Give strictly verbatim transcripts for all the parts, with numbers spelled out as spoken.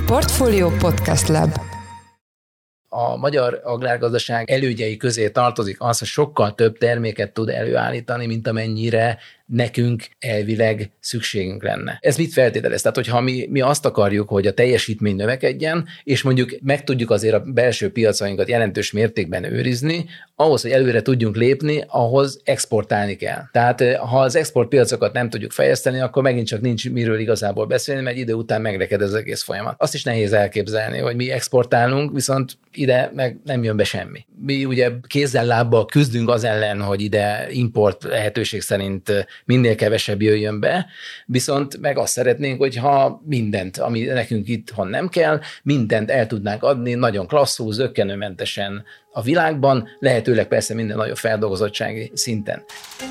Portfolio Podcast Lab. A magyar agrárgazdaság elődjei közé tartozik az, hogy sokkal több terméket tud előállítani, mint amennyire nekünk elvileg szükségünk lenne. Ez mit feltételez? Tehát, hogyha mi, mi azt akarjuk, hogy a teljesítmény növekedjen, és mondjuk meg tudjuk azért a belső piacainkat jelentős mértékben őrizni, ahhoz, hogy előre tudjunk lépni, ahhoz exportálni kell. Tehát, ha az exportpiacokat nem tudjuk fejleszteni, akkor megint csak nincs miről igazából beszélni, mert idő után megreked az egész folyamat. Azt is nehéz elképzelni, hogy mi exportálunk, viszont ide meg nem jön be semmi. Mi ugye kézzel-lábbal küzdünk az ellen, hogy ide import lehetőség szerint minél kevesebb jöjjön be, viszont meg azt szeretnénk, hogyha mindent, ami nekünk itthon nem kell, mindent el tudnánk adni nagyon klasszul, zökkenőmentesen a világban, lehetőleg persze minden nagyobb feldolgozottsági szinten.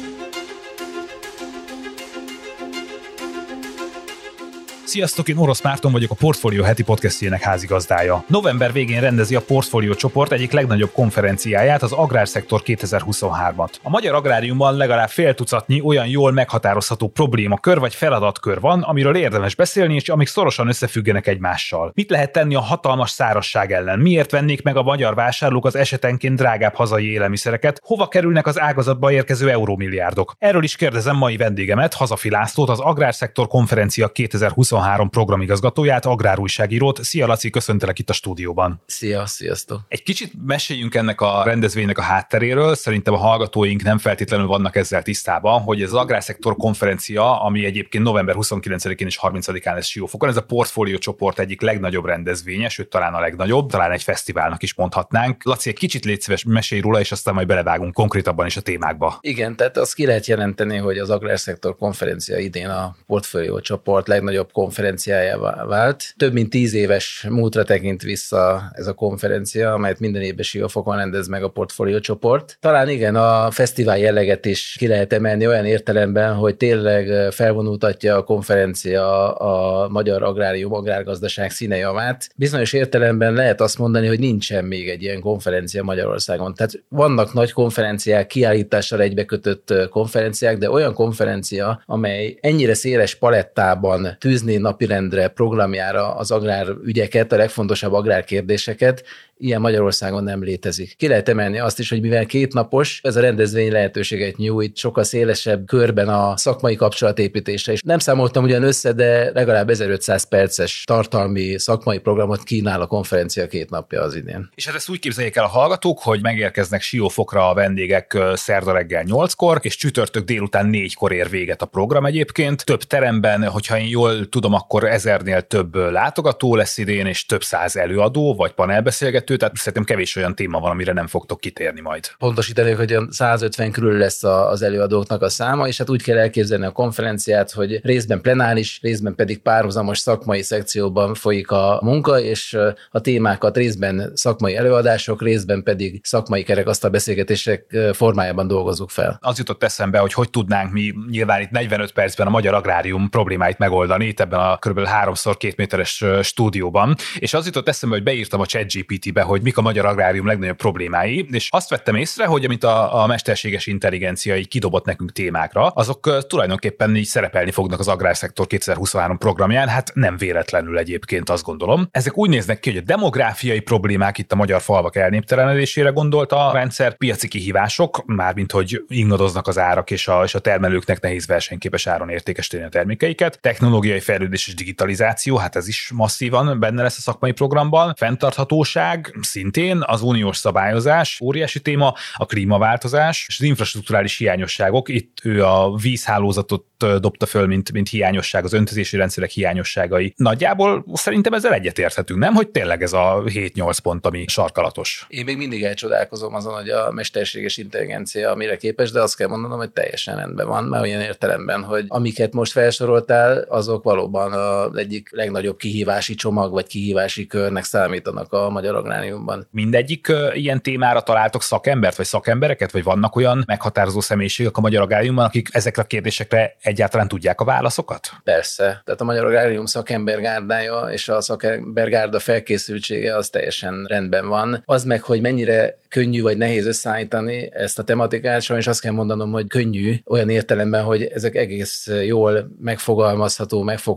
Sziasztok, én Orosz Márton vagyok, a Portfolio heti podcastjének házigazdája. November végén rendezi a Portfolio csoport egyik legnagyobb konferenciáját, az Agrárszektor kétezer-huszonhármat. A magyar agráriumban legalább fél tucatnyi olyan jól meghatározható problémakör vagy feladatkör van, amiről érdemes beszélni, és amik szorosan összefüggenek egymással. Mit lehet tenni a hatalmas szárazság ellen? Miért vennék meg a magyar vásárlók az esetenként drágább hazai élelmiszereket? Hova kerülnek az ágazatba érkező eurómilliárdok? Erről is kérdezem mai vendégemet, Hazafi Lászlót, az Agrárszektor konferencia kétezer-huszonhárom programigazgatóját, agrárújságírót. Szia Laci, köszöntelek itt a stúdióban. Szia, sziasztok. Egy kicsit meséljünk ennek a rendezvénynek a hátteréről. Szerintem a hallgatóink nem feltétlenül vannak ezzel tisztában, hogy ez az Agrárszektor konferencia, ami egyébként november huszonkilencedikén és harmincadikán lesz Siófokon, ez a Portfolio csoport egyik legnagyobb rendezvénye, sőt talán a legnagyobb, talán egy fesztiválnak is mondhatnánk. Laci, egy kicsit légy szíves, mesélj róla, és aztán majd belevágunk konkrétabban is a témákba. Igen, tehát azt ki lehet jelenteni, hogy az Agrárszektor konferencia idén a Portfolio csoport legnagyobb konferenciájává vált. Több mint tíz éves múltra tekint vissza ez a konferencia, amelyet minden évben Siófokon rendez meg a Portfolio csoport. Talán igen, a fesztivál jelleget is ki lehet emelni olyan értelemben, hogy tényleg felvonultatja a konferencia a magyar agrárium, agrárgazdaság színejavát. Bizonyos értelemben lehet azt mondani, hogy nincsen még egy ilyen konferencia Magyarországon. Tehát vannak nagy konferenciák, kiállítással egybekötött konferenciák, de olyan konferencia, amely ennyire széles palettában tűzni napirendre, programjára az agrárügyeket, a legfontosabb agrárkérdéseket, ilyen Magyarországon nem létezik. Ki lehet emelni azt is, hogy mivel kétnapos, ez a rendezvény lehetőséget nyújt sokkal szélesebb körben a szakmai kapcsolatépítésre, és nem számoltam ugyan össze, de legalább ezerötszáz perces tartalmi szakmai programot kínál a konferencia két napja az idén. És hát ezt úgy képzeljék el a hallgatók, hogy megérkeznek Siófokra a vendégek szerda reggel nyolckor, és csütörtök délután négykor ér véget a program egyébként. Több teremben, hogyha én jól tudom, akkor ezernél több látogató lesz idén, és több száz előadó, vagy panelbeszélgető, tehát szerintem kevés olyan téma van, amire nem fogtok kitérni majd. Pontosítani, hogy százötven körül lesz az előadóknak a száma, és hát úgy kell elképzelni a konferenciát, hogy részben plenáris, részben pedig párhuzamos szakmai szekcióban folyik a munka, és a témákat részben szakmai előadások, részben pedig szakmai kerekasztal beszélgetések formájában dolgozzuk fel. Az jutott eszembe, hogy hogy tudnánk mi nyilván itt negyvenöt percben a magyar agrárium problémáit megoldani, itt ebben a kb. háromszor két méteres stúdióban, és az jutott eszembe, hogy beírtam a ChatGPT-be, hogy mik a magyar agrárium legnagyobb problémái, és azt vettem észre, hogy amit a, a mesterséges intelligencia így kidobott nekünk témákra, azok uh, tulajdonképpen így szerepelni fognak az Agrárszektor kétezer-huszonhárom programján, hát nem véletlenül egyébként, azt gondolom. Ezek úgy néznek ki, hogy a demográfiai problémák, itt a magyar falvak elnéptelenedésére gondolt a rendszer, piaci kihívások, mármint hogy ingadoznak az árak, és a, és a termelőknek nehéz versenyképes áron értékesíteni a termékeiket, technológiai fejlődés és digitalizáció, hát ez is masszívan benne lesz a szakmai programban, fenntarthatóság, szintén az uniós szabályozás, óriási téma, a klímaváltozás és az infrastrukturális hiányosságok. Itt ő a vízhálózatot dobta föl, mint, mint hiányosság, az öntözési rendszerek hiányosságai. Nagyjából szerintem ezzel egyetérthetünk, nem? Hogy tényleg ez a hét-nyolc pont, ami sarkalatos. Én még mindig elcsodálkozom azon, hogy a mesterséges intelligencia mire képes, de azt kell mondanom, hogy teljesen rendben van, mert olyan értelemben, hogy amiket most felsoroltál, azok valóban az egyik legnagyobb kihívási csomag vagy kihívási körnek számítanak a magyar agráriumban. Mindegyik uh, ilyen témára találtok szakembert, vagy szakembereket, vagy vannak olyan meghatározó személyiségek a magyar agráriumban, akik ezekre a kérdésekre egyáltalán tudják a válaszokat? Persze. Tehát a magyar agrárium szakembergárdája és a szakembergárda felkészültsége az teljesen rendben van. Az meg, hogy mennyire könnyű vagy nehéz összeállítani ezt a tematikát, sajnos azt kell mondanom, hogy könnyű olyan értelemben, hogy ezek egész jól megfogalmazható, megfogható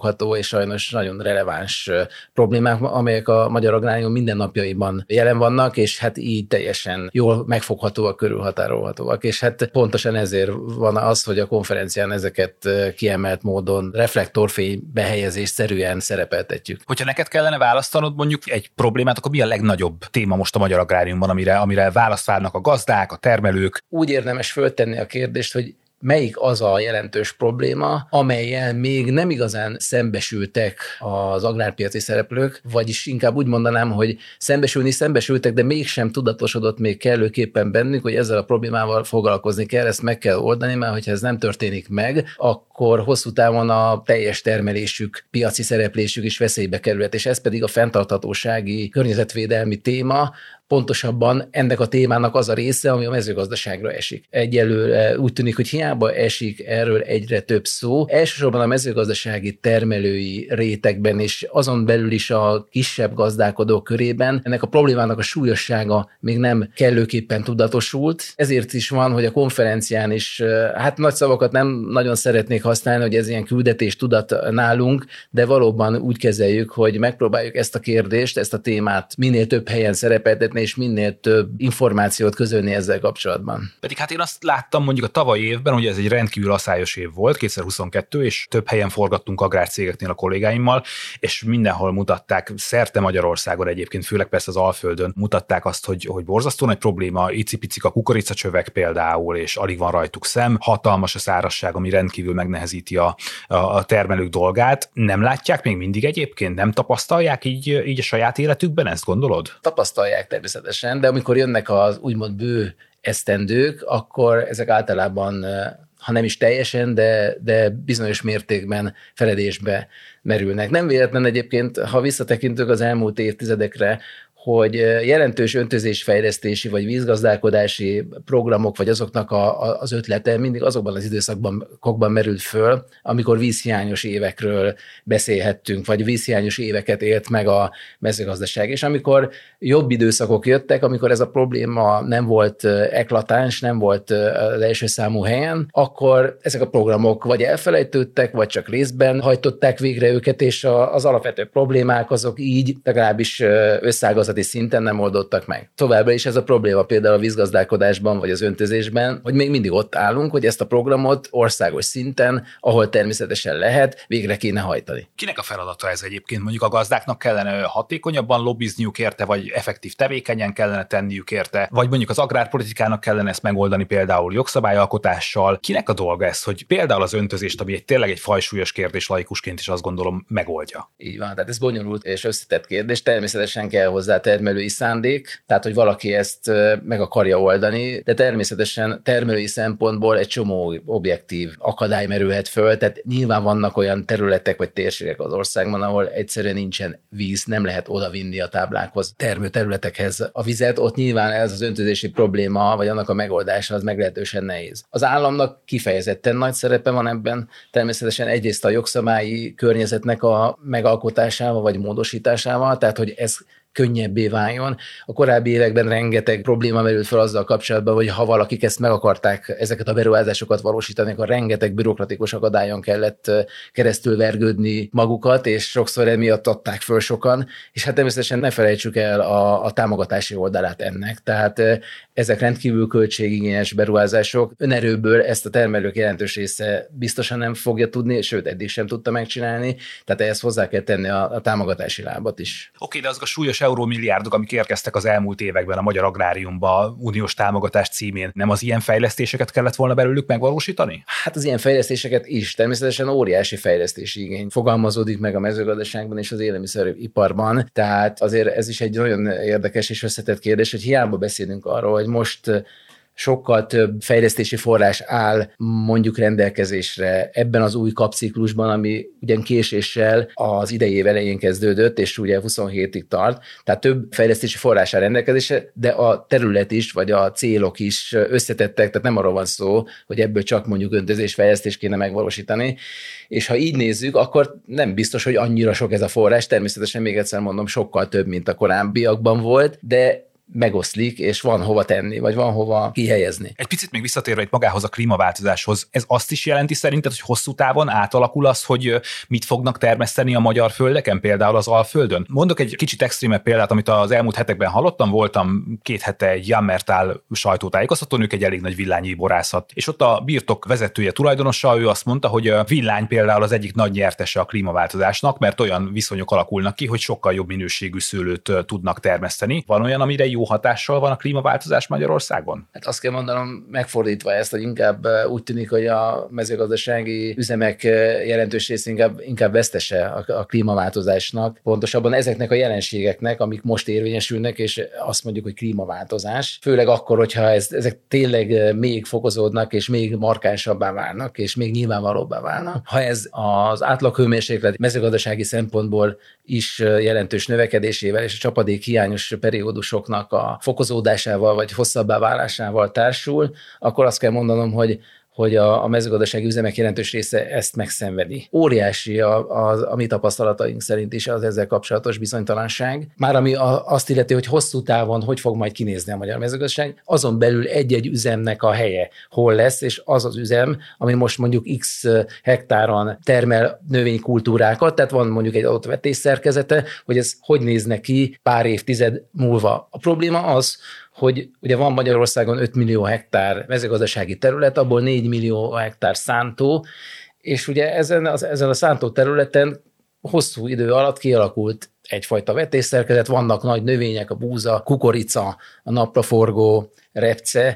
kézzelfogható és sajnos nagyon releváns problémák, amelyek a magyar agrárium mindennapjaiban jelen vannak, és hát így teljesen jól megfoghatóak, körülhatárolhatóak. És hát pontosan ezért van az, hogy a konferencián ezeket kiemelt módon reflektorfénybe helyezésszerűen szerepeltetjük. Hogyha neked kellene választanod mondjuk egy problémát, akkor mi a legnagyobb téma most a magyar agráriumban, amire, amire választ várnak a gazdák, a termelők? Úgy érdemes föltenni a kérdést, hogy melyik az a jelentős probléma, amellyel még nem igazán szembesültek az agrárpiaci szereplők, vagyis inkább úgy mondanám, hogy szembesülni szembesültek, de mégsem tudatosodott még kellőképpen bennük, hogy ezzel a problémával foglalkozni kell, ezt meg kell oldani, mert hogyha ez nem történik meg, akkor hosszú távon a teljes termelésük, piaci szereplésük is veszélybe kerülhet, és ez pedig a fenntarthatósági környezetvédelmi téma, pontosabban ennek a témának az a része, ami a mezőgazdaságra esik. Egyelőre úgy tűnik, hogy hiába esik erről egyre több szó. Elsősorban a mezőgazdasági termelői rétegben és azon belül is a kisebb gazdálkodók körében ennek a problémának a súlyossága még nem kellőképpen tudatosult. Ezért is van, hogy a konferencián is, hát nagy szavakat nem nagyon szeretnék használni, hogy ez ilyen küldetés tudat nálunk, de valóban úgy kezeljük, hogy megpróbáljuk ezt a kérdést, ezt a témát minél több helyen szerepeltetni, és minél több információt közölni ezzel kapcsolatban. Pedig hát én azt láttam mondjuk a tavalyi évben, hogy ez egy rendkívül aszályos év volt, kétezer-huszonkettő, és több helyen forgattunk agrárcégeknél a kollégáimmal, és mindenhol mutatták, szerte Magyarországon egyébként, főleg persze az Alföldön mutatták azt, hogy, hogy borzasztó nagy probléma, icipicik a kukoricacsövek például, és alig van rajtuk szem, hatalmas a szárazság, ami rendkívül megnehezíti a, a, a termelők dolgát. Nem látják még mindig egyébként? Nem tapasztalják így, így a saját életükben, ezt gondolod? Tapasztalják természetesen, de amikor jönnek az úgymond bő esztendők, akkor ezek általában, ha nem is teljesen, de, de bizonyos mértékben feledésbe merülnek. Nem véletlen egyébként, ha visszatekintünk az elmúlt évtizedekre, hogy jelentős öntözésfejlesztési vagy vízgazdálkodási programok, vagy azoknak a, a, az ötlete mindig azokban az időszakban merült föl, amikor vízhiányos évekről beszélhettünk, vagy vízhiányos éveket élt meg a mezőgazdaság. És amikor jobb időszakok jöttek, amikor ez a probléma nem volt eklatáns, nem volt az első számú helyen, akkor ezek a programok vagy elfelejtődtek, vagy csak részben hajtották végre őket, és a, az alapvető problémák azok így legalábbis összeágazatban szinten nem oldottak meg. Továbbra is ez a probléma például a vízgazdálkodásban vagy az öntözésben, hogy még mindig ott állunk, hogy ezt a programot országos szinten, ahol természetesen lehet, végre kéne hajtani. Kinek a feladata ez egyébként? Mondjuk a gazdáknak kellene hatékonyabban lobbizniuk érte, vagy effektív tevékenyen kellene tenniük érte, vagy mondjuk az agrárpolitikának kellene ezt megoldani például jogszabályalkotással. Kinek a dolga ez, hogy például az öntözést, ami egy tényleg egy fajsúlyos kérdés laikusként is azt gondolom megoldja? Így van, tehát ez bonyolult és összetett kérdés. Természetesen kell hozzá termelői szándék, tehát hogy valaki ezt meg akarja oldani, de természetesen termelői szempontból egy csomó objektív akadály merülhet föl, tehát nyilván vannak olyan területek vagy térségek az országban, ahol egyszerűen nincsen víz, nem lehet odavinni a táblákhoz, termőterületekhez a vizet, ott nyilván ez az öntözési probléma, vagy annak a megoldása az meglehetősen nehéz. Az államnak kifejezetten nagy szerepe van ebben, természetesen egyrészt a jogszabályi környezetnek a megalkotásával vagy módosításával, tehát hogy ez könnyebbé váljon. A korábbi években rengeteg probléma merült fel azzal kapcsolatban, hogy ha valakik ezt meg akarták, ezeket a beruházásokat valósítani, akkor rengeteg bürokratikus akadályon kellett keresztül vergődni magukat, és sokszor emiatt adták föl sokan, és hát természetesen ne felejtsük el a, a támogatási oldalát ennek. Tehát ezek rendkívül költségigényes beruházások. Önerőből ezt a termelők jelentős része biztosan nem fogja tudni, sőt eddig sem tudta megcsinálni, tehát ehhez hozzá kell tenni a, a támogatási lábat is. Oké, de azok a súlyos eurómilliárdok, amik érkeztek az elmúlt években a magyar agráriumba uniós támogatás címén, nem az ilyen fejlesztéseket kellett volna belőlük megvalósítani? Hát az ilyen fejlesztéseket is. Természetesen óriási fejlesztési igény fogalmazódik meg a mezőgazdaságban és az élelmiszeriparban. Tehát azért ez is egy nagyon érdekes és összetett kérdés, hogy hiába beszélünk arról, hogy most sokkal több fejlesztési forrás áll mondjuk rendelkezésre ebben az új kapciklusban, ami ugyan késéssel az idei év elején kezdődött, és ugye huszonhétig tart, tehát több fejlesztési forrás áll rendelkezésre, de a terület is, vagy a célok is összetettek, tehát nem arról van szó, hogy ebből csak mondjuk öntözésfejlesztést kéne megvalósítani, és ha így nézzük, akkor nem biztos, hogy annyira sok ez a forrás, természetesen még egyszer mondom, sokkal több, mint a korábbiakban volt, de megoszlik, és van hova tenni, vagy van hova kihelyezni. Egy picit még visszatérve itt magához a klímaváltozáshoz, ez azt is jelenti szerinted, hogy hosszú távon átalakul az, hogy mit fognak termeszteni a magyar földeken, például az Alföldön? Mondok egy kicsit extrémebb példát, amit az elmúlt hetekben hallottam, voltam két hete egy Jammertal sajtótájékoztatón, ők egy elég nagy villányi borászat, és ott a birtok vezetője, tulajdonosa, ő azt mondta, hogy a villány például az egyik nagy nyertese a klímaváltozásnak, mert olyan viszonyok alakulnak ki, hogy sokkal jobb minőségű szőlőt tudnak termeszteni. Van olyan, amire jó hatással van a klímaváltozás Magyarországon? Hát azt kell mondanom, megfordítva ezt, hogy inkább úgy tűnik, hogy a mezőgazdasági üzemek jelentős rész inkább, inkább vesztese a, a klímaváltozásnak. Pontosabban ezeknek a jelenségeknek, amik most érvényesülnek, és azt mondjuk, hogy klímaváltozás. Főleg akkor, hogyha ez, ezek tényleg még fokozódnak, és még markánsabbá válnak, és még nyilvánvalóbbá válnak. Ha ez az átlaghőmérséklet mezőgazdasági szempontból is jelentős növekedésével és a csapadék hiányos periódusoknak a fokozódásával vagy hosszabbá válásával társul, akkor azt kell mondanom, hogy hogy a, a mezőgazdasági üzemek jelentős része ezt megszenvedi. Óriási a, a, a mi tapasztalataink szerint is az ezzel kapcsolatos bizonytalanság. Már ami a, azt illeti, hogy hosszú távon hogy fog majd kinézni a magyar mezőgazdaság, azon belül egy-egy üzemnek a helye hol lesz, és az az üzem, ami most mondjuk x hektáron termel növénykultúrákat, tehát van mondjuk egy adott vetésszerkezete, hogy ez hogy nézne ki pár évtized múlva. A probléma az, hogy ugye van Magyarországon öt millió hektár mezőgazdasági terület, abból négy millió hektár szántó, és ugye ezen, az, ezen a szántó területen hosszú idő alatt kialakult egyfajta vetésszerkezet, vannak nagy növények, a búza, kukorica, a napraforgó, repce,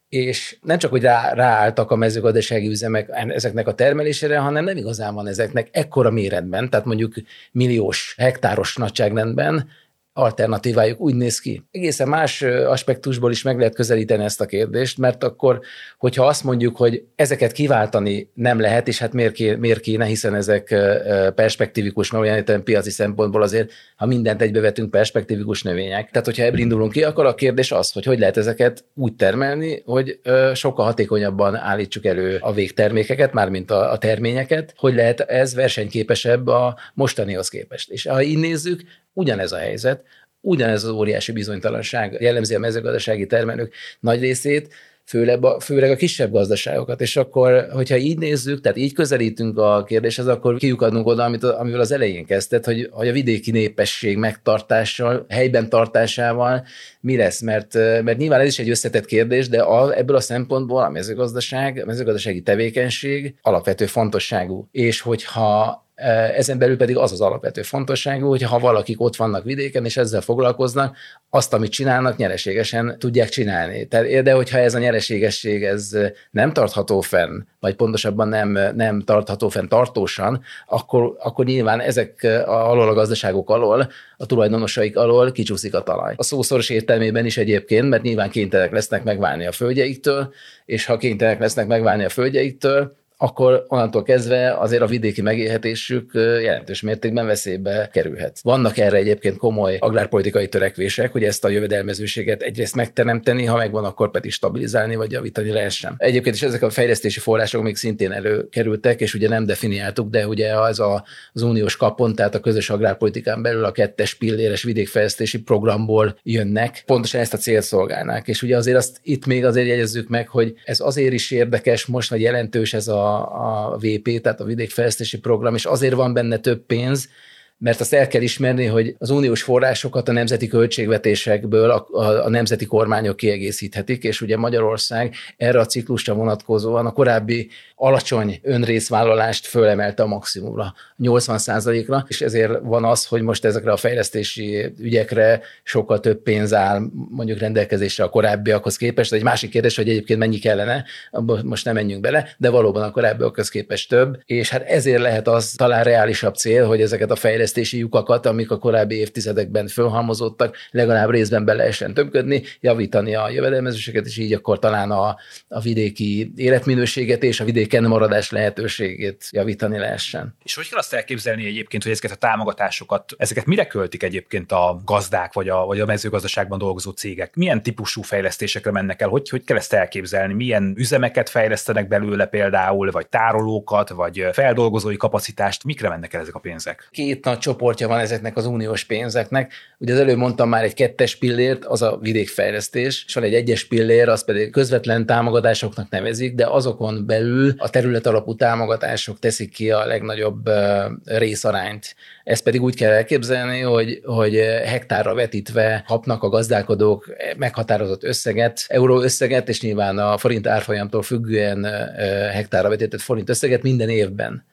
és nem csak, hogy rá, ráálltak a mezőgazdasági üzemek ezeknek a termelésére, hanem nem igazán van ezeknek ekkora méretben, tehát mondjuk milliós, hektáros nagyságrendben alternatívájuk úgy néz ki. Egészen más aspektusból is meg lehet közelíteni ezt a kérdést, mert akkor, hogyha azt mondjuk, hogy ezeket kiváltani nem lehet, és hát miért, ké, miért kéne, hiszen ezek perspektívikus, mert olyan értelemben piaci szempontból azért, ha mindent egybevetünk, perspektívikus növények. Tehát, hogyha ebből indulunk ki, akkor a kérdés az, hogy hogy lehet ezeket úgy termelni, hogy sokkal hatékonyabban állítsuk elő a végtermékeket, mármint a, a terményeket, hogy lehet ez versenyképesebb a mostanihoz képest. És ha így nézzük, ugyanez a helyzet, ugyanez az óriási bizonytalanság jellemzi a mezőgazdasági termelők nagy részét, főleg a, főleg a kisebb gazdaságokat. És akkor, hogyha így nézzük, tehát így közelítünk a kérdéshez, akkor kiukadnunk oda, amit, amivel az elején kezdett, hogy, hogy a vidéki népesség megtartással, helyben tartásával mi lesz, mert, mert nyilván ez is egy összetett kérdés, de a, ebből a szempontból a mezőgazdaság, a mezőgazdasági tevékenység alapvető fontosságú. És hogyha ezen belül pedig az az alapvető fontosságú, hogy ha valakik ott vannak vidéken, és ezzel foglalkoznak, azt, amit csinálnak, nyereségesen tudják csinálni. De hogyha ez a nyereségesség ez nem tartható fenn, vagy pontosabban nem, nem tartható fenn tartósan, akkor, akkor nyilván ezek alól a gazdaságok alól, a tulajdonosaik alól kicsúszik a talaj. A szószoros értelmében is egyébként, mert nyilván kénytelenek lesznek megválni a földjeiktől, és ha kénytelenek lesznek megválni a földjeiktől, akkor onnantól kezdve azért a vidéki megélhetésük jelentős mértékben veszélybe kerülhet. Vannak erre egyébként komoly agrárpolitikai törekvések, hogy ezt a jövedelmezőséget egyrészt megteremteni, ha megvan, akkor pedig stabilizálni vagy javítani lehessen. Egyébként is ezek a fejlesztési források még szintén előkerültek, és ugye nem definiáltuk, de ugye az a, az uniós kapon, tehát a közös agrárpolitikán belül a kettes pilléres vidékfejlesztési programból jönnek, pontosan ezt a célt szolgálnák. És ugye azért azt itt még azért jegyezzük meg, hogy ez azért is érdekes most, vagy jelentős ez a a vé pé, tehát a vidékfejlesztési program, és azért van benne több pénz, mert azt el kell ismerni, hogy az uniós forrásokat a nemzeti költségvetésekből a, a, a nemzeti kormányok kiegészíthetik, és ugye Magyarország erre a ciklusra vonatkozóan a korábbi alacsony önrészvállalást fölemelte a maximumra, nyolcvan százalékra, és ezért van az, hogy most ezekre a fejlesztési ügyekre sokkal több pénz áll mondjuk rendelkezésre a korábbiakhoz képest. Egy másik kérdés, hogy egyébként mennyi kellene, most nem menjünk bele, de valóban a korábbiakhoz képest több, és hát ezért lehet az talán reálisabb cél, hogy ezeket a fejlesztési lyukakat, amik a korábbi évtizedekben fölhalmozottak, legalább részben be lehessen tömködni, javítani a jövedelmezőséget, és így akkor talán a, a vidéki életminőséget és a vidéken maradás lehetőségét javítani lehessen. És hogy kell azt elképzelni egyébként, hogy ezeket a támogatásokat, ezeket mire költik egyébként a gazdák, vagy a, vagy a mezőgazdaságban dolgozó cégek? Milyen típusú fejlesztésekre mennek el? Hogy, hogy kell ezt elképzelni? Milyen üzemeket fejlesztenek belőle például, vagy tárolókat, vagy feldolgozói kapacitást? Mikre mennek el ezek a pénzek? Két nagy csoportja van ezeknek az uniós pénzeknek. Ugye az előbb mondtam már egy kettes pillért, az a vidékfejlesztés, és van egy egyes pillér, az pedig közvetlen támogatásoknak nevezik, de azokon belül a terület alapú támogatások teszik ki a legnagyobb részarányt. Ezt pedig úgy kell elképzelni, hogy, hogy hektárra vetítve kapnak a gazdálkodók meghatározott összeget, euró összeget, és nyilván a forint árfolyamtól függően hektárra vetített forint összeget minden évben.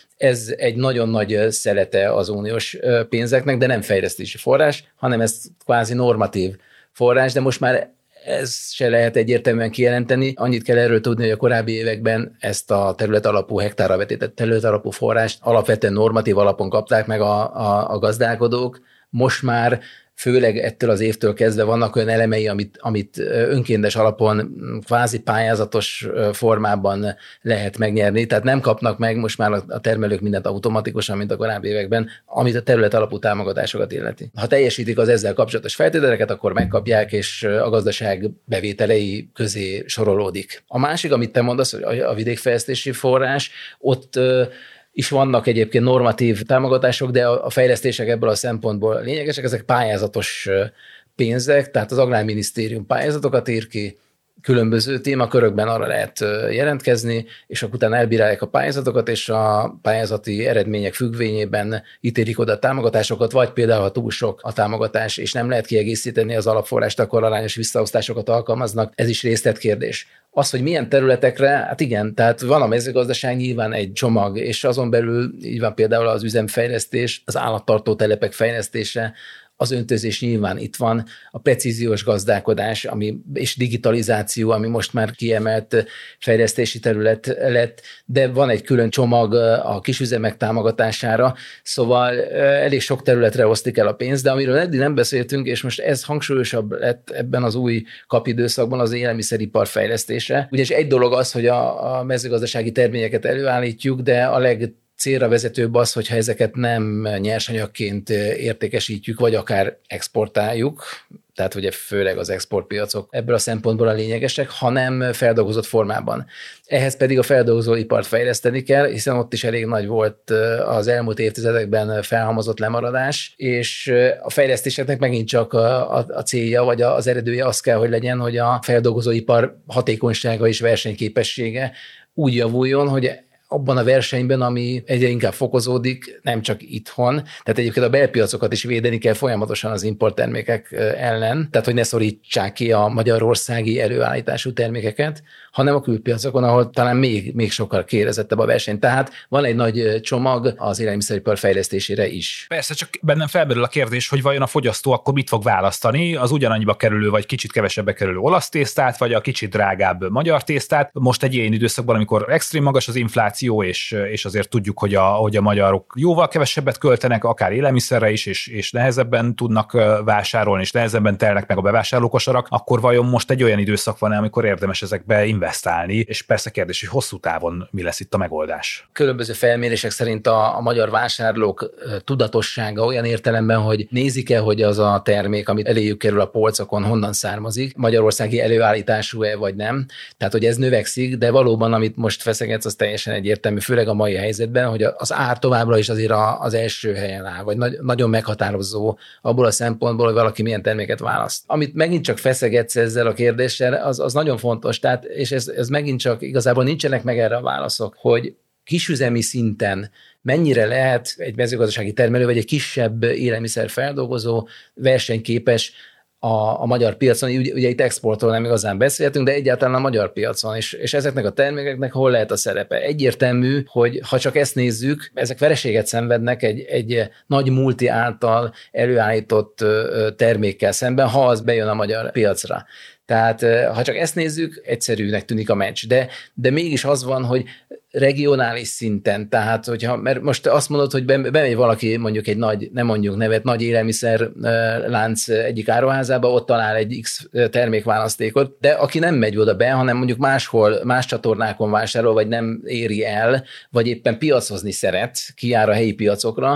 Ez egy nagyon nagy szelete az uniós pénzeknek, de nem fejlesztési forrás, hanem ez kvázi normatív forrás, de most már ez se lehet egyértelműen kijelenteni. Annyit kell erről tudni, hogy a korábbi években ezt a terület alapú, hektárra vetített terület alapú forrást alapvetően normatív alapon kapták meg a, a, a gazdálkodók. Most már főleg ettől az évtől kezdve vannak olyan elemei, amit, amit önkéntes alapon, kvázi pályázatos formában lehet megnyerni. Tehát nem kapnak meg most már a termelők mindent automatikusan, mint a korábbi években, amit a terület alapú támogatásokat illeti. Ha teljesítik az ezzel kapcsolatos feltételeket, akkor megkapják, és a gazdaság bevételei közé sorolódik. A másik, amit te mondasz, hogy a vidékfejlesztési forrás, ott is vannak egyébként normatív támogatások, de a fejlesztések ebből a szempontból lényegesek, ezek pályázatos pénzek, tehát az Agrárminisztérium pályázatokat ír ki, különböző témakörökben arra lehet jelentkezni, és akkor utána elbírálják a pályázatokat, és a pályázati eredmények függvényében ítélik oda a támogatásokat, vagy például, ha túl sok a támogatás, és nem lehet kiegészíteni az alapforrást, akkor arányos visszaosztásokat alkalmaznak. Ez is részlet kérdés. Az, hogy milyen területekre, hát igen, tehát van a mezőgazdaság nyilván egy csomag, és azon belül így van például az üzemfejlesztés, az állattartó telepek fejlesztése, az öntözés nyilván itt van, a precíziós gazdálkodás ami, és digitalizáció, ami most már kiemelt fejlesztési terület lett, de van egy külön csomag a kisüzemek támogatására, szóval elég sok területre osztik el a pénzt, de amiről eddig nem beszéltünk, és most ez hangsúlyosabb lett ebben az új kapidőszakban, az élelmiszeripar fejlesztése. Ugye egy dolog az, hogy a, a mezőgazdasági terményeket előállítjuk, de a leg célra vezetőbb az, hogyha ezeket nem nyersanyagként értékesítjük, vagy akár exportáljuk, tehát ugye főleg az exportpiacok ebből a szempontból a lényegesek, hanem feldolgozott formában. Ehhez pedig a feldolgozóipart fejleszteni kell, hiszen ott is elég nagy volt az elmúlt évtizedekben felhalmozott lemaradás, és a fejlesztéseknek megint csak a, a, a célja, vagy az eredője az kell, hogy legyen, hogy a feldolgozóipar hatékonysága és versenyképessége úgy javuljon, hogy abban a versenyben, ami egyre inkább fokozódik, nem csak itthon. Tehát egyébként a belpiacokat is védeni kell folyamatosan az importtermékek ellen, tehát hogy ne szorítsák ki a magyarországi előállítású termékeket, hanem a külpiacokon, ahol talán még, még sokkal kérezettebb a verseny. Tehát van egy nagy csomag az élelmiszeripar fejlesztésére is. Persze, csak bennem felmerül a kérdés, hogy vajon a fogyasztó akkor mit fog választani, az ugyanannyiba kerülő, vagy kicsit kevesebbe kerülő olasz tésztát, vagy a kicsit drágább magyar tésztát. Most egy ilyen időszakban, amikor extrém magas az infláció, és, és azért tudjuk, hogy a, hogy a magyarok jóval kevesebbet költenek, akár élelmiszerre is, és, és nehezebben tudnak vásárolni, és nehezebben telnek meg a bevásárlókosarak, akkor vajon most egy olyan időszak van, amikor érdemes ezekbe investálni, és persze kérdés, hogy hosszú távon mi lesz itt a megoldás. Különböző felmérések szerint a, a magyar vásárlók tudatossága olyan értelemben, hogy nézik-e, hogy az a termék, amit eléjük kerül a polcokon, honnan származik, magyarországi előállítású-e vagy nem. Tehát, hogy ez növekszik, de valóban, amit most feszegetsz, az teljesen egyértelmű, főleg a mai helyzetben, hogy az ár továbbra is azért az első helyen áll, vagy nagy, nagyon meghatározó abból a szempontból, hogy valaki milyen terméket választ. Amit megint csak feszegetsz ezzel a kérdéssel, az, az nagyon fontos, tehát, és ez, ez megint csak igazából nincsenek meg erre a válaszok, hogy kisüzemi szinten mennyire lehet egy mezőgazdasági termelő, vagy egy kisebb élelmiszerfeldolgozó versenyképes a, a magyar piacon, ugye, ugye itt exportról nem igazán beszéltünk, de egyáltalán a magyar piacon, és, és ezeknek a termékeknek hol lehet a szerepe? Egyértelmű, hogy ha csak ezt nézzük, ezek vereséget szenvednek egy, egy nagy multi által előállított termékkel szemben, ha az bejön a magyar piacra. Tehát ha csak ezt nézzük, egyszerűnek tűnik a meccs, de, de mégis az van, hogy regionális szinten, tehát hogyha, mert most azt mondod, hogy bemegy valaki mondjuk egy nagy, nem mondjuk nevet, nagy élelmiszer lánc egyik áruházába, ott talál egy X termékválasztékot, de aki nem megy oda be, hanem mondjuk máshol, más csatornákon vásárol, vagy nem éri el, vagy éppen piacozni szeret, kijár a helyi piacokra,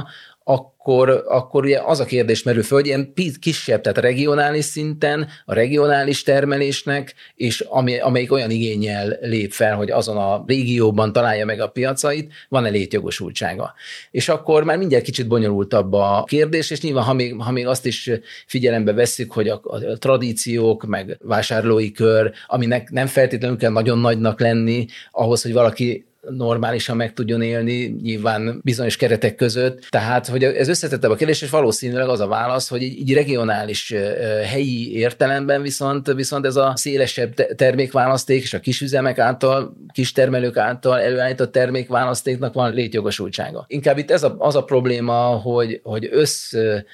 akkor, akkor ugye az a kérdés merül föl, hogy ilyen kisebb, tehát regionális szinten, a regionális termelésnek, és ami, amelyik olyan igénnyel lép fel, hogy azon a régióban találja meg a piacait, van-e létjogosultsága. És akkor már mindjárt kicsit bonyolultabb a kérdés, és nyilván, ha még, ha még azt is figyelembe vesszük, hogy a, a tradíciók, meg vásárlói kör, aminek nem feltétlenül kell nagyon nagynak lenni, ahhoz, hogy valaki normálisan meg tudjon élni, nyilván bizonyos keretek között. Tehát, hogy ez összetettebb a kérdés, és valószínűleg az a válasz, hogy így, így regionális helyi értelemben viszont, viszont ez a szélesebb termékválaszték és a kisüzemek által, kistermelők által előállított termékválasztéknak van létjogosultsága. Inkább itt ez a, az a probléma, hogy, hogy össz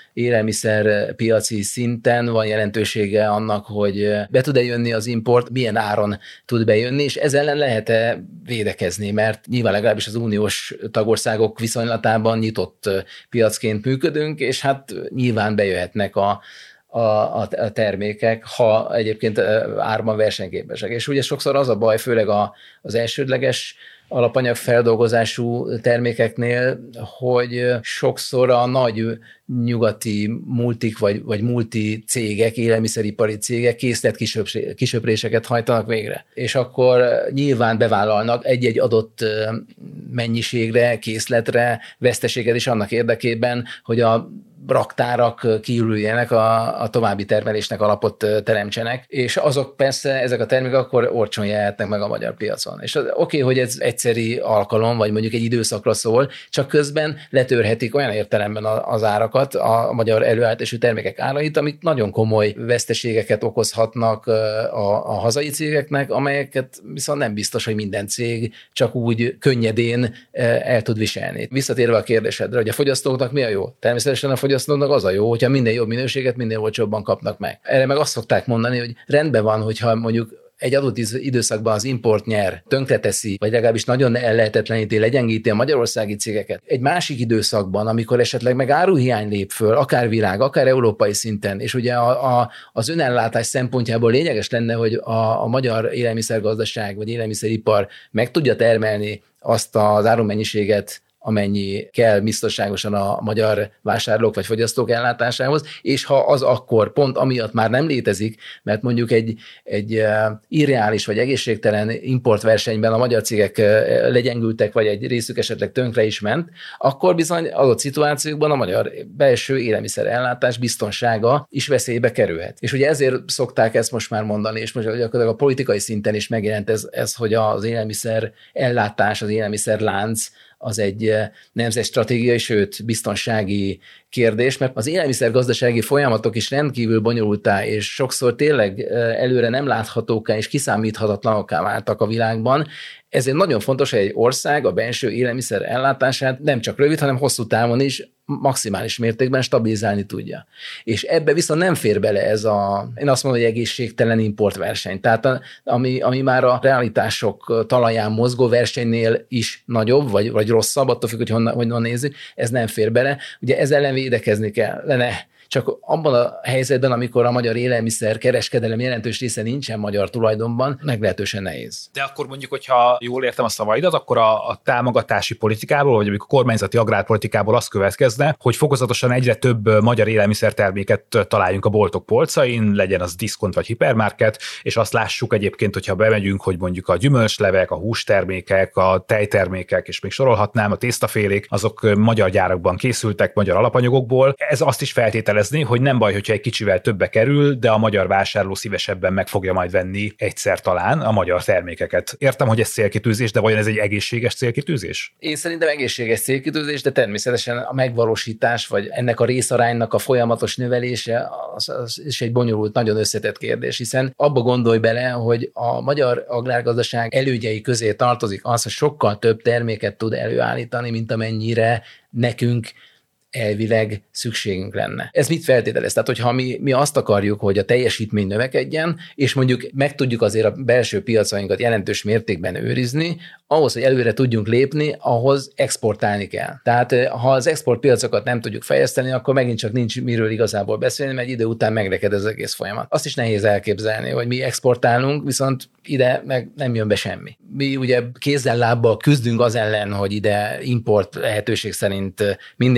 élelmiszerpiaci szinten van jelentősége annak, hogy be tud-e jönni az import, milyen áron tud bejönni, és ezzel ellen lehet-e védekezni, mert nyilván legalábbis az uniós tagországok viszonylatában nyitott piacként működünk, és hát nyilván bejöhetnek a, a, a termékek, ha egyébként árban versenyképesek. És ugye sokszor az a baj, főleg a, az elsődleges alapanyag feldolgozású termékeknél, hogy sokszor a nagy nyugati multik vagy, vagy multi cégek, élelmiszeripari cégek készlet kisöpréseket hajtanak végre. És akkor nyilván bevállalnak egy-egy adott mennyiségre, készletre veszteséget is annak érdekében, hogy a raktárak kiürüljenek, a, a további termelésnek alapot teremtsenek, és azok persze, ezek a termékek akkor olcsón jelenhetnek meg a magyar piacon. És oké, okay, hogy ez egyszeri alkalom, vagy mondjuk egy időszakra szól, csak közben letörhetik olyan értelemben az árakat, a magyar előállítású termékek árait, amik nagyon komoly veszteségeket okozhatnak a, a hazai cégeknek, amelyeket viszont nem biztos, hogy minden cég csak úgy könnyedén el tud viselni. Visszatérve a kérdésedre, hogy a fogyasztóknak mi a jó? Természetesen a fogyasztóknak az a jó, hogyha minden jobb minőséget minél olcsóbban kapnak meg. Erre meg azt szokták mondani, hogy rendben van, hogyha mondjuk egy adott időszakban az import nyer, tönkreteszi, vagy legalábbis nagyon ellehetetleníti, legyengíti a magyarországi cégeket. Egy másik időszakban, amikor esetleg meg áruhiány lép föl, akár világ, akár európai szinten, és ugye a, a, az önellátás szempontjából lényeges lenne, hogy a, a magyar élelmiszergazdaság vagy élelmiszeripar meg tudja termelni azt az árumennyiséget, amennyi kell biztonságosan a magyar vásárlók vagy fogyasztók ellátásához, és ha az akkor pont amiatt már nem létezik, mert mondjuk egy, egy irreális vagy egészségtelen importversenyben a magyar cégek legyengültek, vagy egy részük esetleg tönkre is ment, akkor bizony adott szituációkban a magyar belső élelmiszer ellátás biztonsága is veszélybe kerülhet. És ugye ezért szokták ezt most már mondani, és most gyakorlatilag a politikai szinten is megjelent ez, ez hogy az élelmiszer ellátás, az élelmiszer lánc az egy nemzetstratégiai, sőt biztonsági kérdés, mert az élelmiszergazdasági folyamatok is rendkívül bonyolultá, és sokszor tényleg előre nem láthatóká és kiszámíthatatlanokká váltak a világban. Ezért nagyon fontos, hogy egy ország a belső élelmiszer ellátását nem csak rövid, hanem hosszú távon is maximális mértékben stabilizálni tudja. És ebbe viszont nem fér bele ez a, én azt mondom, hogy egészségtelen importverseny. Tehát a, ami, ami már a realitások talaján mozgó versenynél is nagyobb, vagy, vagy rosszabb, attól függ, hogy honnan, honnan nézzük, ez nem fér bele. Ugye ezzel ellen védekezni kellene. Csak abban a helyzetben, amikor a magyar élelmiszer kereskedelem jelentős része nincsen magyar tulajdonban, meglehetősen nehéz. De akkor mondjuk, hogyha jól értem a szavaidat, akkor a, a támogatási politikából, vagy a kormányzati agrárpolitikából az következne, hogy fokozatosan egyre több magyar élelmiszerterméket találjunk a boltok polcain, legyen az diszkont vagy hipermarket, és azt lássuk egyébként, hogyha bemegyünk, hogy mondjuk a gyümölcslevek, a hústermékek, a tejtermékek, és még sorolhatnám, a tésztafélék, azok magyar gyárakban készültek, magyar alapanyagokból. Ez azt is feltételez, hogy nem baj, hogyha egy kicsivel többe kerül, de a magyar vásárló szívesebben meg fogja majd venni egyszer talán a magyar termékeket. Értem, hogy ez célkitűzés, de vajon ez egy egészséges célkitűzés? Én szerintem egészséges célkitűzés, de természetesen a megvalósítás, vagy ennek a részaránynak a folyamatos növelése, az, az is egy bonyolult, nagyon összetett kérdés, hiszen abba gondolj bele, hogy a magyar agrárgazdaság elődjei közé tartozik az, hogy sokkal több terméket tud előállítani, mint amennyire nekünk elvileg szükségünk lenne. Ez mit feltételez? Tehát, hogyha mi, mi azt akarjuk, hogy a teljesítmény növekedjen, és mondjuk meg tudjuk azért a belső piacainkat jelentős mértékben őrizni, ahhoz, hogy előre tudjunk lépni, ahhoz exportálni kell. Tehát ha az exportpiacokat nem tudjuk fejleszteni, akkor megint csak nincs miről igazából beszélni, mert idő után megreked az egész folyamat. Azt is nehéz elképzelni, hogy mi exportálunk, viszont ide meg nem jön be semmi. Mi ugye kézzel-lábbal küzdünk az ellen, hogy ide import lehetőség szerint minél kevesebb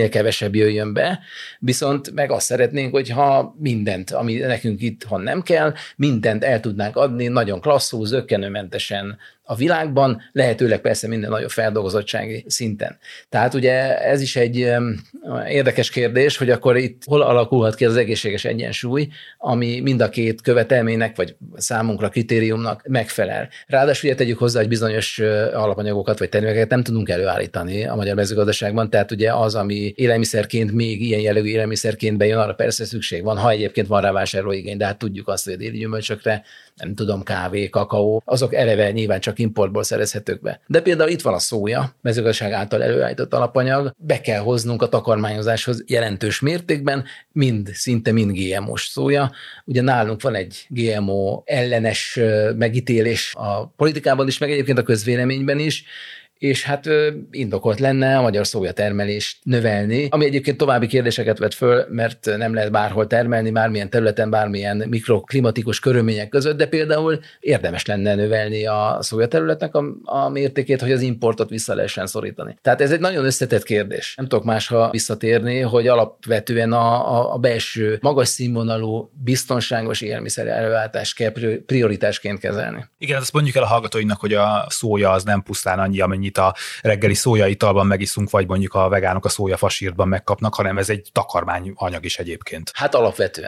kevesebb jöjjön be, viszont meg azt szeretnénk, hogyha mindent, ami nekünk itthon nem kell, mindent el tudnánk adni nagyon klasszul, zökkenőmentesen a világban, lehetőleg persze minden nagyobb feldolgozottsági szinten. Tehát ugye ez is egy érdekes kérdés, hogy akkor itt hol alakulhat ki az egészséges egyensúly, ami mind a két követelménynek, vagy számunkra kritériumnak megfelel. Ráadásul ugye tegyük hozzá, hogy bizonyos alapanyagokat vagy termékeket nem tudunk előállítani a magyar mezőgazdaságban, tehát ugye az, ami élelmiszerként, még ilyen jellegű élelmiszerként bejön, arra persze szükség van, ha egyébként van rá vásárlóigény, de hát tudjuk azt, hogy a déli gyümölcsökre, nem tudom, kávé, kakaó, azok eleve nyilván csak importból szerezhetők be. De például itt van a szója, mezőgazdaság által előállított alapanyag, be kell hoznunk a takarmányozáshoz jelentős mértékben, mind, szinte mind gé em ó-s szója. Ugye nálunk van egy gé em o ellenes megítélés a politikában is, meg egyébként a közvéleményben is, és hát indokolt lenne a magyar szójatermelést növelni, ami egyébként további kérdéseket vet föl, mert nem lehet bárhol termelni, bármilyen területen, bármilyen mikroklimatikus körülmények között, de például érdemes lenne növelni a szójaterületnek a, a mértékét, hogy az importot vissza lehessen szorítani. Tehát ez egy nagyon összetett kérdés. Nem tudok másha visszatérni, hogy alapvetően a, a, a belső, magas színvonalú, biztonságos élelmiszer előállítást kell prioritásként kezelni. Igen, azt mondjuk el a hallgatóinknak, hogy a szója az nem pusztán annyi, amennyi itt a reggeli szójaitalban megiszunk, vagy mondjuk a vegánok a szójafasírtban megkapnak, hanem ez egy takarmányanyag is egyébként. Hát alapvetően.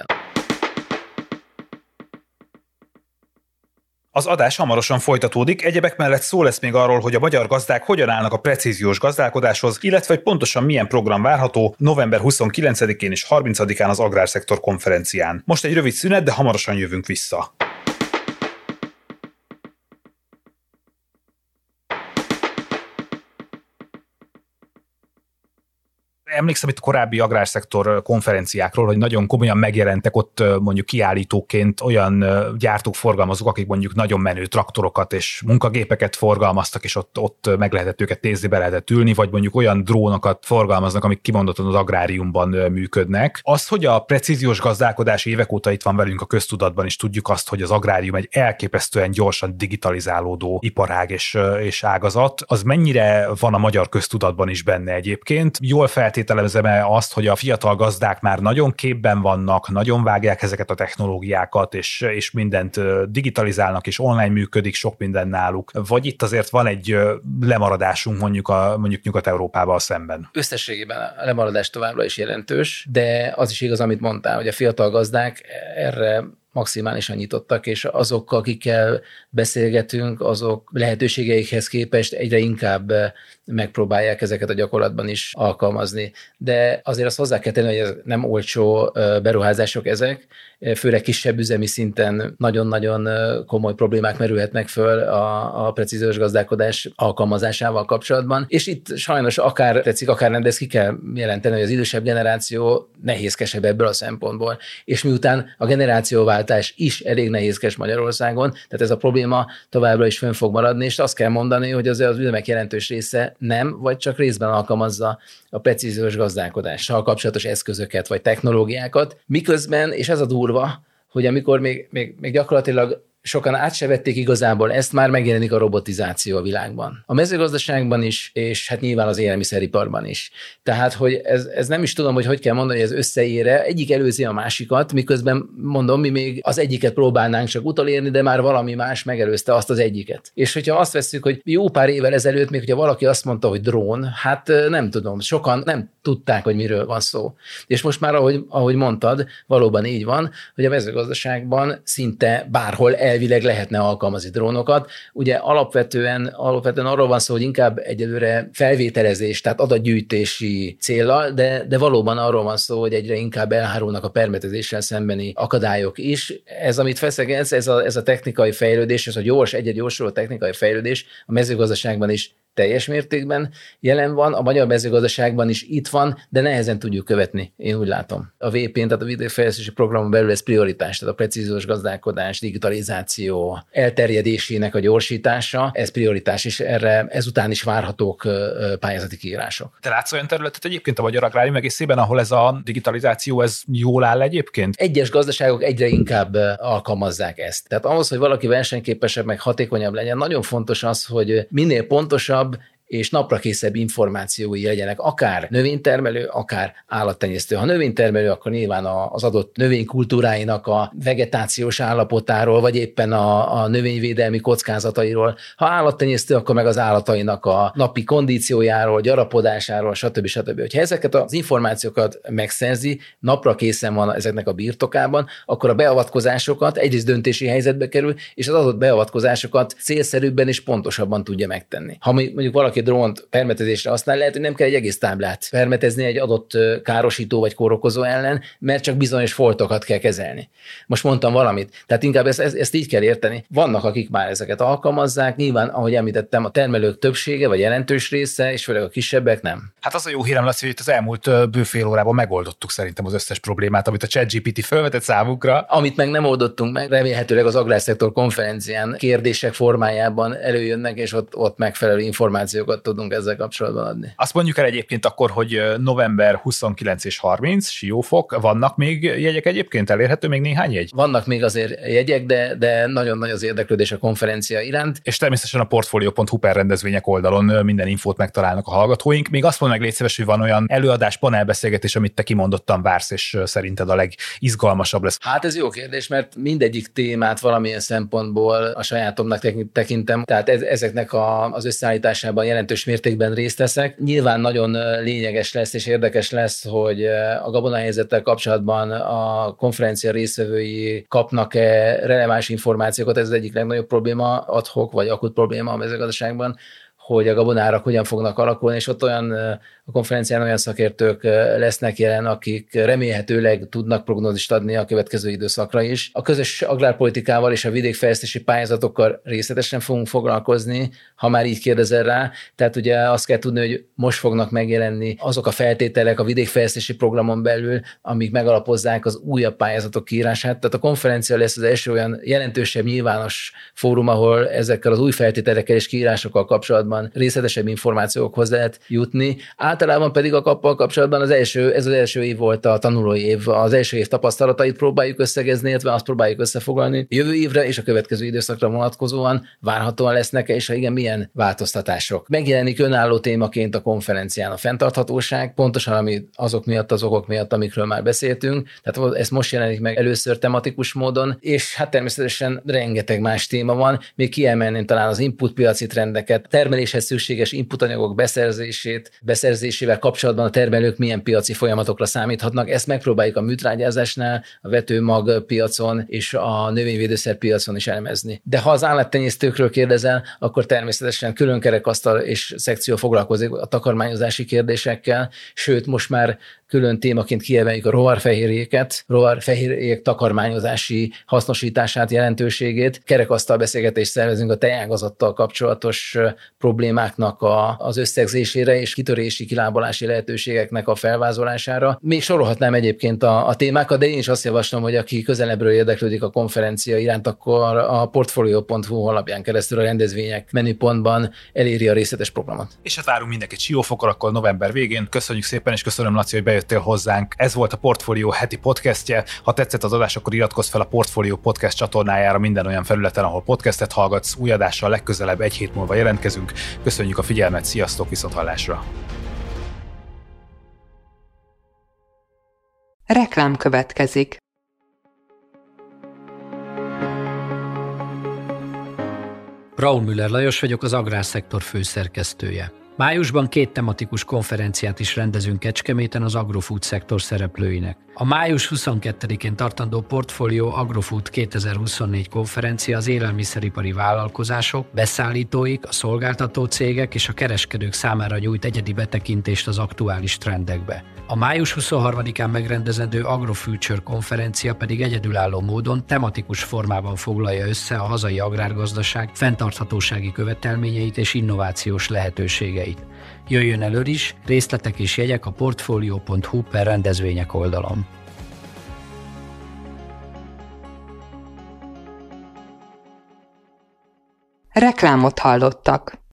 Az adás hamarosan folytatódik, egyebek mellett szó lesz még arról, hogy a magyar gazdák hogyan állnak a precíziós gazdálkodáshoz, illetve hogy pontosan milyen program várható november huszonkilencedikén és harmincadikán az Agrárszektor konferencián. Most egy rövid szünet, de hamarosan jövünk vissza. Emlékszem itt a korábbi agrárszektor konferenciákról, hogy nagyon komolyan megjelentek ott mondjuk kiállítóként olyan gyártók, forgalmazók, akik mondjuk nagyon menő traktorokat és munkagépeket forgalmaztak, és ott, ott meg lehetett őket nézni, be lehetett ülni, vagy mondjuk olyan drónokat forgalmaznak, amik kimondottan az agráriumban működnek. Az, hogy a precíziós gazdálkodás évek óta itt van velünk a köztudatban, és tudjuk azt, hogy az agrárium egy elképesztően gyorsan digitalizálódó iparág és, és ágazat, az mennyire van a magyar köztudatban is benne egyébként? Jól feltételezem-e azt, hogy a fiatal gazdák már nagyon képben vannak, nagyon vágják ezeket a technológiákat, és, és mindent digitalizálnak, és online működik sok minden náluk, vagy itt azért van egy lemaradásunk mondjuk, a, mondjuk Nyugat-Európával szemben? Összességében a lemaradás továbbra is jelentős, de az is igaz, amit mondtál, hogy a fiatal gazdák erre maximálisan nyitottak, és azok, akikkel beszélgetünk, azok lehetőségeikhez képest egyre inkább megpróbálják ezeket a gyakorlatban is alkalmazni. De azért azt hozzá kell tenni, hogy ez nem olcsó beruházások ezek, főleg kisebb üzemi szinten nagyon-nagyon komoly problémák merülhetnek föl a, a precíziós gazdálkodás alkalmazásával kapcsolatban. És itt sajnos akár tetszik, akár nem, de ezt ki kell jelenteni, hogy az idősebb generáció nehézkesebb ebből a szempontból. És miután a generációváltás is elég nehézkes Magyarországon, tehát ez a probléma továbbra is fönn fog maradni, és azt kell mondani, hogy azért az üzemek jelentős része nem, vagy csak részben alkalmazza a precíziós gazdálkodással kapcsolatos eszközöket, vagy technológiákat, miközben, és ez a durva, hogy amikor még, még, még gyakorlatilag sokan át se vették igazából, ezt már megjelenik a robotizáció a világban. A mezőgazdaságban is, és hát nyilván az élelmiszeriparban is. Tehát, hogy ez, ez nem is tudom, hogy hogy kell mondani, hogy ez összeére, egyik előzi a másikat, miközben mondom, mi még az egyiket próbálnánk csak utolérni, de már valami más megelőzte azt az egyiket. És hogyha azt vesszük, hogy jó pár évvel ezelőtt, még hogyha valaki azt mondta, hogy drón, hát nem tudom, sokan nem tudták, hogy miről van szó. És most már, ahogy, ahogy mondtad, valóban így van, hogy a mezőgazdaságban szinte bárhol elvileg lehetne alkalmazni drónokat. Ugye alapvetően, alapvetően arról van szó, hogy inkább egyelőre felvételezés, tehát adatgyűjtési céllal, de, de valóban arról van szó, hogy egyre inkább elhárulnak a permetezéssel szembeni akadályok is. Ez, amit feszegetsz, ez a, ez a technikai fejlődés, ez a gyors, egyre gyorsuló technikai fejlődés a mezőgazdaságban is teljes mértékben jelen van, a magyar mezőgazdaságban is itt van, de nehezen tudjuk követni, én úgy látom. A vé pé-n, tehát a vidékfejlesztési programon belül ez prioritás, tehát a precíziós gazdálkodás, digitalizáció, elterjedésének a gyorsítása, ez prioritás, és erre ezután is várhatók pályázati kiírások. Te látsz olyan területet egyébként a magyar agrárium egészében, ahol ez a digitalizáció ez jól áll egyébként? Egyes gazdaságok egyre inkább alkalmazzák ezt. Tehát ahhoz, hogy valaki versenyképesebb, meg hatékonyabb legyen, nagyon fontos az, hogy minél pontosabb és naprakészebb információi legyenek, akár növénytermelő, akár állattenyésztő. Ha növénytermelő, akkor nyilván az adott növénykultúráinak a vegetációs állapotáról, vagy éppen a, a növényvédelmi kockázatairól. Ha állattenyésztő, akkor meg az állatainak a napi kondíciójáról, gyarapodásáról, stb. stb. Hogyha ezeket az információkat megszerzi, napra készen van ezeknek a birtokában, akkor a beavatkozásokat egyrészt döntési helyzetbe kerül, és az adott beavatkozásokat célszerűbben és pontosabban tudja megtenni. Ha mondjuk valaki drónt permetezésre használ, lehet, hogy nem kell egy egész táblát permetezni egy adott károsító vagy kórokozó ellen, mert csak bizonyos foltokat kell kezelni. Most mondtam valamit, tehát inkább ezt, ezt így kell érteni. Vannak, akik már ezeket alkalmazzák, nyilván, ahogy említettem, a termelők többsége vagy jelentős része, és főleg a kisebbek nem. Hát az a jó hírem lesz, hogy itt az elmúlt bő fél órában megoldottuk szerintem az összes problémát, amit a ChatGPT felvetett számunkra. Amit meg nem oldottunk meg, remélhetőleg az Agrárszektor konferencián kérdések formájában előjönnek, és ott, ott megfelelő információkat tudunk ezzel kapcsolatban adni. Azt mondjuk el egyébként akkor, hogy november huszonkilenc és harminc, Siófok, vannak még jegyek egyébként? Elérhető még néhány jegy? Vannak még azért jegyek, de, de nagyon nagy az érdeklődés a konferencia iránt. És természetesen a portfolio pont hu per rendezvények oldalon minden infót megtalálnak a hallgatóink. Még azt mondd meg, légy szíves, hogy van olyan előadás, panelbeszélgetés, amit te kimondottan vársz, és szerinted a legizgalmasabb lesz. Hát ez jó kérdés, mert mindegyik témát valamilyen szempontból a sajátomnak tekintem, tehát ezeknek a, az összeállításában jelentős mértékben részt veszek. Nyilván nagyon lényeges lesz és érdekes lesz, hogy a gabonahelyzettel kapcsolatban a konferencia résztvevői kapnak-e releváns információkat, ez az egyik legnagyobb probléma ad hoc, vagy akut probléma a mezőgazdaságban, hogy a gabonárak hogyan fognak alakulni, és ott olyan a konferencián olyan szakértők lesznek jelen, akik remélhetőleg tudnak prognózist adni a következő időszakra is. A közös agrárpolitikával és a vidékfejlesztési pályázatokkal részletesen fogunk foglalkozni, ha már így kérdezel rá. Tehát ugye azt kell tudni, hogy most fognak megjelenni azok a feltételek a vidékfejlesztési programon belül, amik megalapozzák az újabb pályázatok kiírását. Tehát a konferencia lesz az első olyan jelentősebb nyilvános fórum, ahol ezekkel az új feltételekkel és kiírásokkal kapcsolatban részletesebb információkhoz lehet jutni. Általában pedig a kappal kapcsolatban az első, ez az első év volt a tanulói év, az első év tapasztalatait próbáljuk összegezni, illetve azt próbáljuk összefoglalni. Jövő évre és a következő időszakra vonatkozóan várhatóan lesznek, és ha igen, milyen változtatások. Megjelenik önálló témaként a konferencián a fenntarthatóság, pontosan ami azok miatt, az okok miatt, amikről már beszéltünk. Tehát ez most jelenik meg először tematikus módon, és hát természetesen rengeteg más téma van. Még kiemelném talán az inputpiaci trendeket, termeléshez szükséges inputanyagok beszerzését, beszerzésével kapcsolatban a termelők milyen piaci folyamatokra számíthatnak. Ezt megpróbáljuk a műtrágyázásnál, a vetőmag piacon és a növényvédőszer piacon is elemezni. De ha az állattenyésztőkről kérdezel, akkor természetesen külön kerekasztal és szekció foglalkozik a takarmányozási kérdésekkel, sőt most már külön témaként kiemeljük a rovarfehérjéket, rovarfehérjék takarmányozási hasznosítását, jelentőségét. Kerekasztal beszélgetést szervezünk a tejágazattal kapcsolatos problémáknak a, az összegzésére és kitörési, kilábalási lehetőségeknek a felvázolására. Még sorolhatnám egyébként a, a témákat, de én is azt javaslom, hogy aki közelebbről érdeklődik a konferencia iránt, akkor a portfolio pont hu honlapján keresztül a rendezvények menüpontban eléri a részletes programot. És hát várunk mindenkit Siófokon, akkor november végén. Köszönjük szépen, és köszönöm, Laci, hogy bejöttél hozzánk. Ez volt a Portfolio heti podcastje. Ha tetszett az adás, akkor iratkozz fel a Portfolio podcast csatornájára minden olyan felületen, ahol podcastet hallgatsz. Új adással legközelebb egy hét múlva jelentkezünk. Köszönjük a figyelmet, sziasztok, viszonthallásra! Reklám következik. Braun Müller Lajos vagyok, az Agrárszektor főszerkesztője. Májusban két tematikus konferenciát is rendezünk Kecskeméten az agrofood szektor szereplőinek. A május huszonkettedikén tartandó Portfolio Agrofood kétezer-huszonnégy konferencia az élelmiszeripari vállalkozások, beszállítóik, a szolgáltató cégek és a kereskedők számára nyújt egyedi betekintést az aktuális trendekbe. A május huszonharmadikán megrendezendő AgroFuture konferencia pedig egyedülálló módon tematikus formában foglalja össze a hazai agrárgazdaság fenntarthatósági követelményeit és innovációs lehetőségeit. Jöjjön elő is, részletek és jegyek a portfolio pont hu per rendezvények oldalon. Reklámot hallottak.